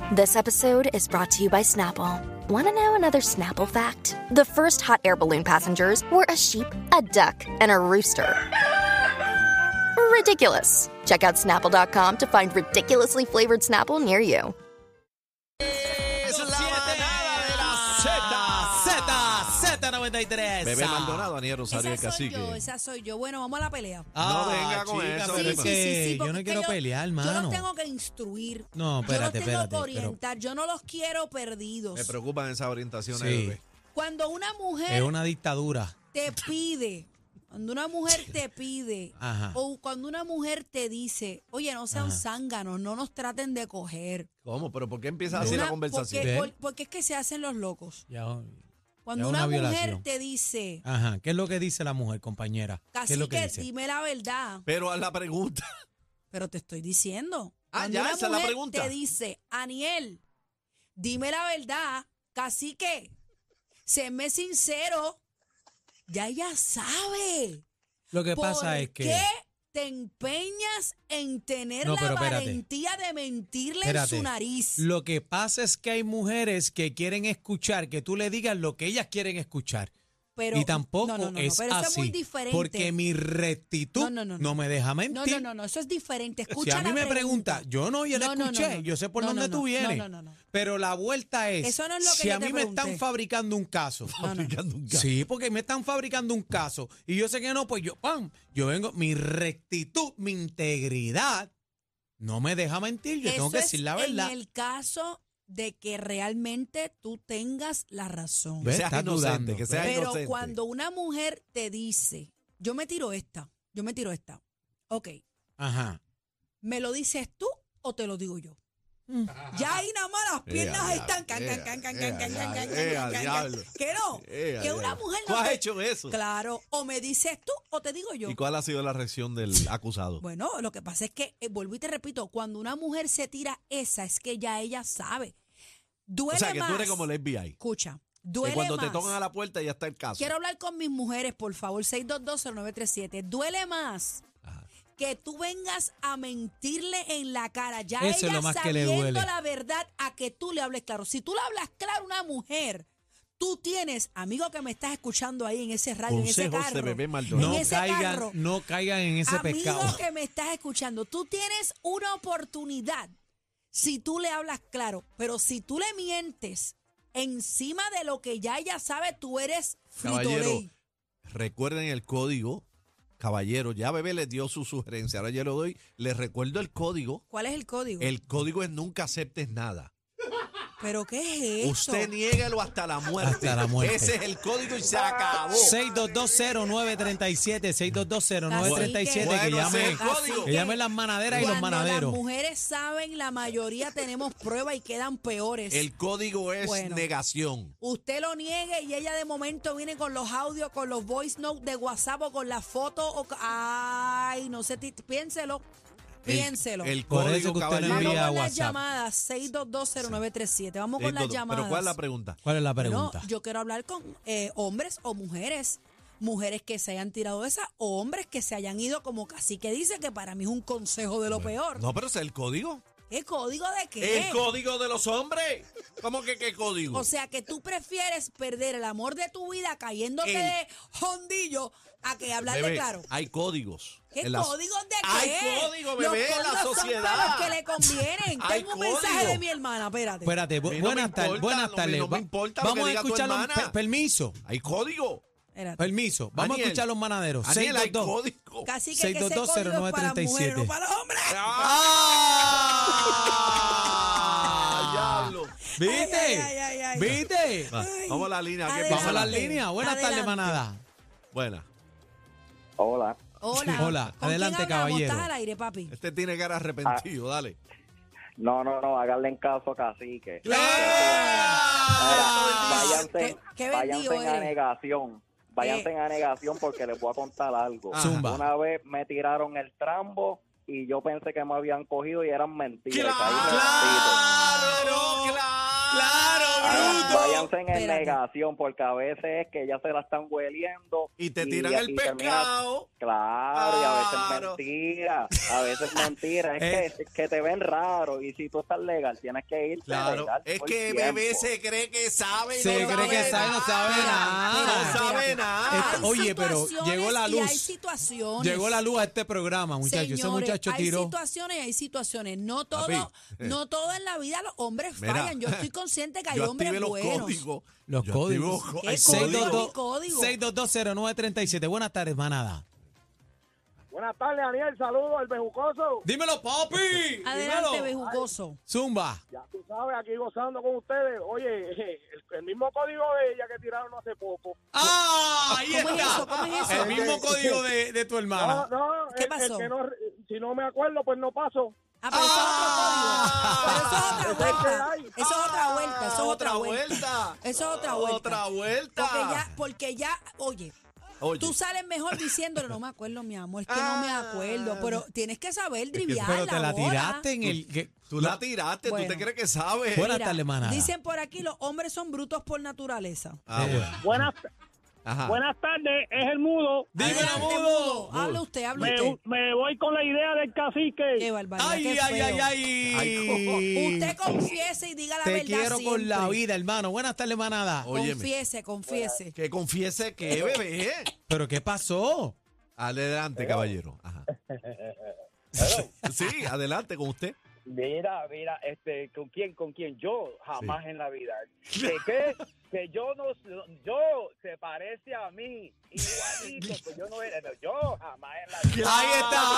This episode is brought to you by Snapple. Want to know another Snapple fact? The first hot air balloon passengers were a sheep, a duck, and a rooster. Ridiculous. Check out Snapple.com to find ridiculously flavored Snapple near you. Es la manada de la Z93. Bebé Maldonado, Aniel Rosario, el cacique. Esa soy yo. Bueno, vamos a la pelea. No venga con chica, eso. pero Sí, sí, yo no porque quiero pelear, Yo hermano. los tengo que instruir. No, espérate, yo los tengo espérate, que orientar. Yo no los quiero perdidos. Me preocupan esas orientaciones, Sí. bebé. Cuando una mujer Es una dictadura. te pide, cuando una mujer te pide, Ajá. o cuando una mujer te dice, oye, no sean zánganos, no nos traten de coger. ¿Cómo? ¿Pero por qué empieza así la conversación? Porque es que se hacen los locos. Ya, Cuando ya una mujer violación. te dice, Ajá. ¿Qué es lo que dice la mujer, compañera? ¿Qué es lo que cacique, dice? dime la verdad. Pero haz la pregunta. Pero te estoy diciendo. Ah, Cuando ya, una esa es la mujer pregunta. te dice, Aniel, dime la verdad, cacique, séme sincero, ya ella sabe. Lo que pasa es ¿Por que... qué te empeñas en tener No, la pero espérate. valentía de mentirle Espérate. en su nariz? Lo que pasa es que hay mujeres que quieren escuchar, que tú le digas lo que ellas quieren escuchar. Pero, Y tampoco no, es pero eso así. es muy diferente. Porque mi rectitud no me deja mentir. No, eso es diferente. Si Escucha a mí la me pregunta. pregunta, yo no escuché, yo sé por dónde tú vienes. No. Pero la vuelta es, Eso no es lo que si yo a te mí me pregunté. están fabricando un caso, Fabricando un caso. sí, porque me están fabricando un caso y yo sé que no, pues yo vengo, mi rectitud, mi integridad no me deja mentir, yo tengo Eso que es decir la verdad. en el caso de que realmente tú tengas la razón. ¿Ves? Que seas Estás inocente, dudando. que seas Pero inocente. cuando una mujer te dice, yo me tiro esta. Ok, Ajá. ¿me lo dices tú o te lo digo yo? Ya ahí nada más las piernas diablo, están can. diablo. Que no, que una mujer ¿Tú no has te... hecho eso? Claro, o me dices tú o te digo yo. ¿Y cuál ha sido la reacción del acusado? Bueno, lo que pasa es que, vuelvo y te repito, cuando una mujer se tira esa, es que ya ella sabe. Duele O sea, que más. tú eres como el FBI. Escucha, Que duele cuando más. te tocan a la puerta ya está el caso. Quiero hablar con mis mujeres, por favor, 6220937. Duele más Ajá. que tú vengas a mentirle en la cara, ya Eso es ella lo más que le sabiendo duele. la verdad, a que tú le hables claro. Si tú le hablas claro a una mujer, tú tienes, amigo que me estás escuchando ahí en ese radio, en ese Consejos carro, de Bebé Maldonado. en ese carro, No caigan en ese amigo pescado. que me estás escuchando, tú tienes una oportunidad si tú le hablas claro, pero si tú le mientes encima de lo que ya ella sabe, tú eres Caballero, frito-ley. recuerden el código. Caballero, ya Bebé les dio su sugerencia. Ahora yo lo doy. Les recuerdo el código. ¿Cuál es el código? El código es nunca aceptes nada. ¿Pero qué es eso? Usted niégalo hasta la muerte. Hasta la muerte. Ese es el código y se acabó. 6220937, 6220937, Bueno, que ese es llamen, el código. que llamen las manaderas y los Cuando manaderos. las mujeres saben, la mayoría tenemos pruebas y quedan peores. El código es Bueno. negación. Usted lo niegue y ella de momento viene con los audios, con los voice notes de WhatsApp o con la foto. Ay, no sé, piénselo. Piénselo. El Por eso código, que usted no caballero. Vamos envía con las WhatsApp. llamadas, 6220937. Vamos con las llamadas. Pero ¿cuál es la pregunta? ¿Cuál es la Bueno, pregunta? yo quiero hablar con hombres o mujeres. Mujeres que se hayan tirado esa o hombres que se hayan ido como cacique dice, que para mí es un consejo de lo peor. No, pero ese es el código. ¿Qué código de qué? El código de los hombres. ¿Cómo que qué código? O sea, que tú prefieres perder el amor de tu vida cayéndote El- de hondillo a que hablarle Bebé, claro. hay códigos. ¿Qué en las- códigos de qué? Hay código, bebé, en la Los códigos sociedad. son para los que le convienen. Hay Tengo un mensaje código. de mi hermana, espérate. Espérate, A mí no me buenas tardes, importa, buenas tardes. no me importa lo Vamos que a diga tu escuchar los hermana. permiso, Hay código. Espérate. permiso. Vamos Daniel, a escuchar los manaderos. Daniel, hay 622. código. Casi que ese código es para las mujeres, 6220937. no para los hombres. ¡Ah! ¡Diablo! ¿Viste? Ay. ¿Viste? Va, vamos a la línea. ¿qué Adelante. Vamos a las pasa? líneas. Buenas tardes, Adelante. manada. Buena. Hola. Hola. Hola, ¿Con adelante, quién hablamos? caballero. ¿Estás al aire, papi? Este tiene cara arrepentido, dale. No, háganle en caso a Cacique. ¡Ah! Qué Váyanse vendido en eres. anegación. Váyanse en anegación porque les voy a contar algo. Zumba. Una vez me tiraron el trambo y yo pensé que me habían cogido y eran mentiras. ¡Claro! Caí ¡Claro! Ahora, ¡Bruto! váyanse en Espérate. imaginación, porque a veces es que ya se la están hueliendo. Y te tiran el termina- pescado. Claro, y a veces Claro. mentira. A veces mentira. Es que te ven raro. Y si tú estás legal, tienes que irte Claro, legal. es por que tiempo. bebé se cree que sabe. y Se no cree que sabe, no sabe Mira, nada. No sabe nada. Hay Oye, pero situaciones llegó la y luz. hay situaciones. Llegó la luz a este programa, muchachos. Ese Señores, muchacho hay tiró. situaciones y hay situaciones. No todo, Papi. no todo en la vida los hombres Mira, fallan. Yo estoy consciente que hay Yo hombres activé los buenos. códigos. Los Yo códigos. activo- ¿Qué hay código? códigos. 6220937. Buenas tardes, manada. Buenas tardes, Daniel. Saludos al bejucoso. Dímelo, papi. Adelante, Dímelo. bejucoso. Zumba. Ya tú sabes, aquí gozando con ustedes. Oye, el mismo código de ella que tiraron hace poco. ¡Ah! Ahí ¿Cómo es está. eso? ¿Cómo es eso? El mismo código de tu hermana. No, ¿Qué el pasó? que no, si no me acuerdo, pues no paso. Ah, pero eso es otro código. Pero eso es otra Ese es el que vuelta. hay. Eso es otra vuelta. Eso es otra vuelta. vuelta. Eso es otra vuelta. Otra vuelta. Porque ya, oye, Oye, tú sales mejor diciéndole, no me acuerdo, mi amor, es que no me acuerdo. Pero tienes que saber driviar Pero te la bola. tiraste en el. tú la tiraste, Bueno. tú te crees que sabes. Buenas Mira, tardes, manada. dicen por aquí, los hombres son brutos por naturaleza. Ah, bueno. Ajá. Buenas tardes, es el mudo. Dímelo, Adelante, mudo. Hable usted, hable usted. Me voy con la idea del cacique. Qué barbaridad, Ay, qué ay, feo. ay, ay. Ay, Usted confiese y diga la Te verdad quiero con siempre. la vida, hermano. Buenas tardes, manada. Óyeme. Confiese. Que confiese que bebé. ¿Pero qué pasó? Adelante, caballero. Ajá. Sí, adelante con usted. Mira, ¿con quién? Yo jamás en la vida. ¿Qué? Que yo se parece a mí, igualito, pues yo jamás en la vida. Ahí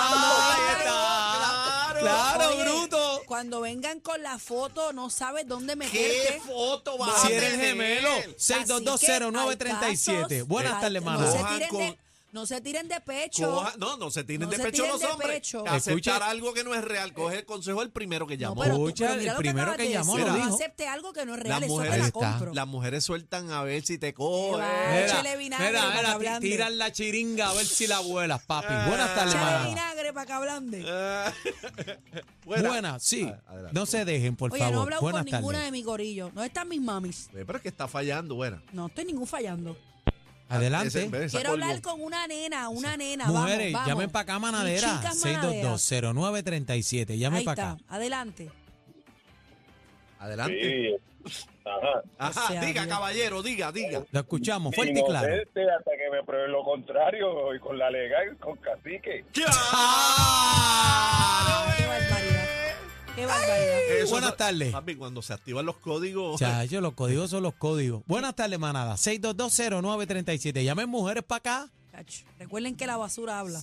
está. Claro, Oye, bruto. Cuando vengan con la foto, no sabes dónde ¿Qué meterte. foto va Si a eres tener? gemelo, Así que 6220937. hay Buenas casos, tardes, no manada. se Cojan tiren con- de- No se tiren de pecho. No se tienen No de se pecho tiren los de hombres. pecho. Aceptar Escucha. algo que no es real. Coge el consejo del primero que llamó. pero Escucha, pero mira el lo primero acabas que de llamó decir, lo no dijo. acepte algo que no es Las real, eso te mujeres, la está. compro. las mujeres sueltan a ver si te Qué coge. va. Échale vinagre para que ablande. tiran la chiringa a ver si la vuelas, papi. Buenas tardes, Échale manada. vinagre para que ablande. Buenas, sí. Adelante. No se dejen, por Oye, no he favor. hablado con Buenas ninguna tardes. de mi gorillo. ¿Dónde están mis mamis? Pero es que está fallando, buena. No estoy ningún fallando. Adelante. Esa Quiero hablar colgó. con una nena. Mujeres, vamos. llamen para acá, manadera. Mis chicas manaderas. 6220937. Llamen Ahí para está, acá. adelante. Adelante. Ajá, sea, diga, Dios. caballero, diga. Lo escuchamos, fuerte y claro. hasta que me prueben lo contrario y con la legal, con cacique. Qué barbaridad. Qué barbaridad. Buenas tardes. Papi, cuando se activan los códigos. Chacho, los códigos son los códigos. Buenas tardes, manada. 6220937. Llamen mujeres para acá. Chacho, recuerden que la basura habla.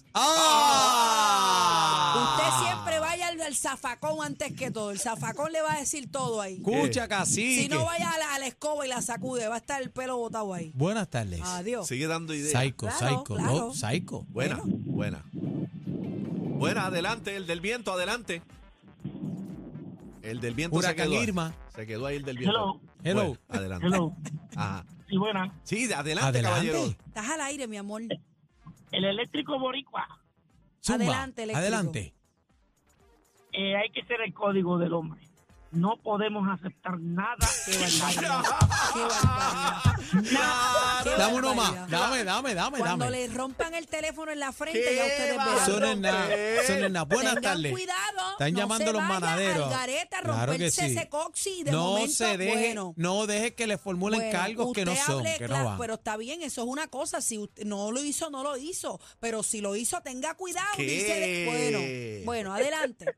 ¡Ah! Usted siempre vaya al zafacón antes que todo. El zafacón le va a decir todo ahí. Escucha, cacique. Si no vaya a la escoba y la sacude, va a estar el pelo botado ahí. Buenas tardes. Adiós. Sigue dando ideas. Psycho, Claro, psycho, claro. no, psycho. Buena. Buena, adelante, el del viento, adelante. El del viento Huracán se quedó. Irma. Se quedó ahí el del viento. Hello. Bueno, adelante. Ajá. Sí, buena. Sí, adelante, caballero. Estás al aire, mi amor. El eléctrico boricua, Zumba. Adelante, eléctrico. Adelante. hay que ser el código del hombre. No podemos aceptar nada. Qué barbaridad. Qué barbaridad. Qué Dame uno barbaridad. más. Dame. Cuando le rompan el teléfono en la frente, ya ustedes verán. Eso no es nada. Eso no es nada. Buenas Tengan tardes. cuidado. Están no llamando se los vaya manaderos. Al garete a Claro que romperse sí. ese coxi y de No momento, se deje, bueno. no deje que le formulen Bueno, cargos que no usted son, hable que claro, no van. pero está bien, eso es una cosa. Si usted no lo hizo, no lo hizo. Pero si lo hizo, tenga cuidado. ¿Qué? Bueno, adelante.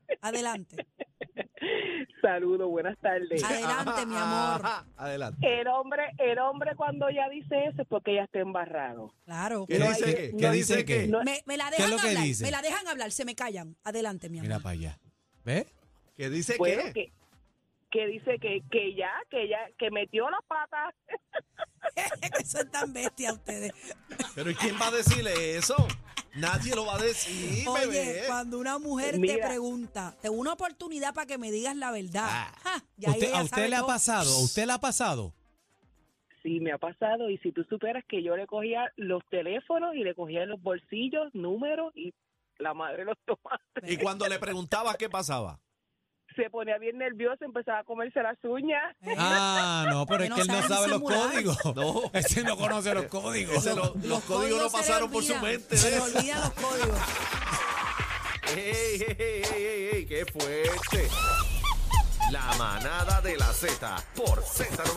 Saludos, buenas tardes. Adelante, mi amor. Ajá, adelante. El hombre cuando ya dice eso es porque ya está embarrado. Claro. ¿Qué dice qué? ¿Qué dice qué? no- Me la ¿Qué es dejan lo que hablar. dice? Me la dejan hablar, se me callan. Adelante, mi amor. Mira para allá. ¿Ves? ¿Qué dice Bueno, qué? que dice que metió la pata. Eso es tan bestia ustedes. Pero ¿y quién va a decirle eso? Nadie lo va a decir, Oye, bebé. cuando una mujer te Mira. pregunta, tengo una oportunidad para que me digas la verdad. Ah. Ja, ya ¿A ella usted sabe le ha todo. pasado? ¿A usted le ha pasado? Sí, me ha pasado. Y si tú supieras que yo le cogía los teléfonos y le cogía los bolsillos, números y la madre los tomaba. Y cuando le preguntaba qué pasaba. se ponía bien nervioso, empezaba a comerse las uñas. Ah, no, pero Que es no que él no saben sabe los disimular. códigos. No. Ese no conoce los códigos. Los códigos no se le pasaron por su olvidan. mente. Se le olvidan los códigos. ¡Ey! ¡Qué fuerte! La manada de la Z por Z93.